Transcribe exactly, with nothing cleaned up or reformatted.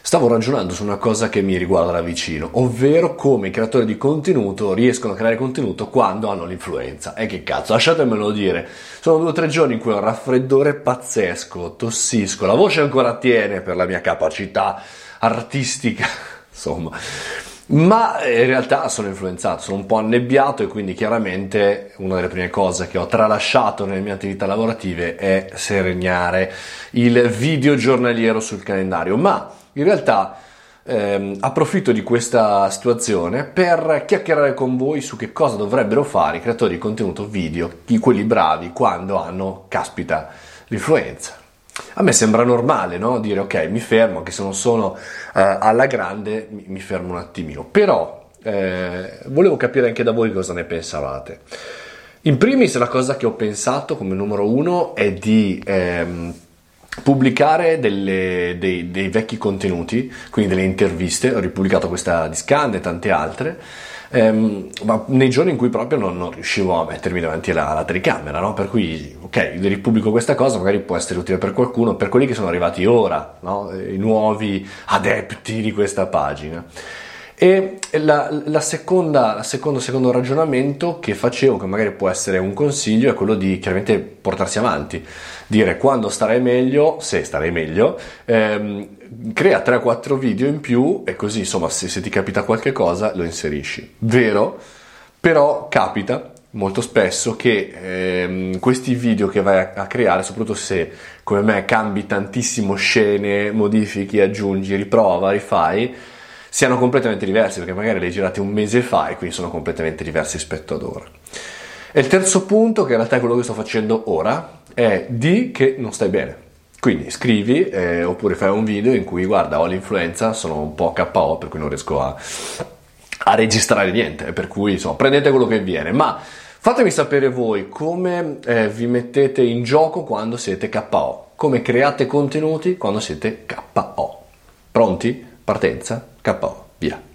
Stavo ragionando su una cosa che mi riguarda da vicino, ovvero come i creatori di contenuto riescono a creare contenuto quando hanno l'influenza. E che cazzo, lasciatemelo dire, sono due o tre giorni in cui ho un raffreddore pazzesco, tossisco, la voce ancora tiene per la mia capacità artistica, insomma, ma in realtà sono influenzato, sono un po' annebbiato e quindi chiaramente una delle prime cose che ho tralasciato nelle mie attività lavorative è segnare il video giornaliero sul calendario, ma in realtà ehm, approfitto di questa situazione per chiacchierare con voi su che cosa dovrebbero fare i creatori di contenuto video, quelli bravi, quando hanno, caspita, l'influenza. A me sembra normale, no? Dire ok, mi fermo, anche se non sono eh, alla grande, mi, mi fermo un attimino. Però eh, volevo capire anche da voi cosa ne pensavate. In primis la cosa che ho pensato come numero uno è di ehm, pubblicare delle, dei, dei vecchi contenuti, quindi delle interviste. Ho ripubblicato questa di Scand e tante altre, ehm, ma nei giorni in cui proprio non, non riuscivo a mettermi davanti alla, alla telecamera, no? Per cui ok, ripubblico questa cosa, magari può essere utile per qualcuno, per quelli che sono arrivati ora, no? I nuovi adepti di questa pagina. E la, la seconda, la secondo, secondo ragionamento che facevo, che magari può essere un consiglio, è quello di chiaramente portarsi avanti, dire quando starai meglio, se starai meglio, ehm, crea tre o quattro video in più e così insomma se, se ti capita qualche cosa lo inserisci. Vero, però capita molto spesso che ehm, questi video che vai a, a creare, soprattutto se come me cambi tantissimo scene, modifichi, aggiungi, riprova, rifai, siano completamente diversi, perché magari li hai girati un mese fa e quindi sono completamente diversi rispetto ad ora. E il terzo punto, che in realtà è quello che sto facendo ora, è di che non stai bene. Quindi scrivi eh, oppure fai un video in cui guarda, ho l'influenza, sono un po' K O, per cui non riesco a, a registrare niente, per cui insomma prendete quello che viene, ma fatemi sapere voi come eh, vi mettete in gioco quando siete K O, come create contenuti quando siete K O. Pronti? Partenza, K O, via.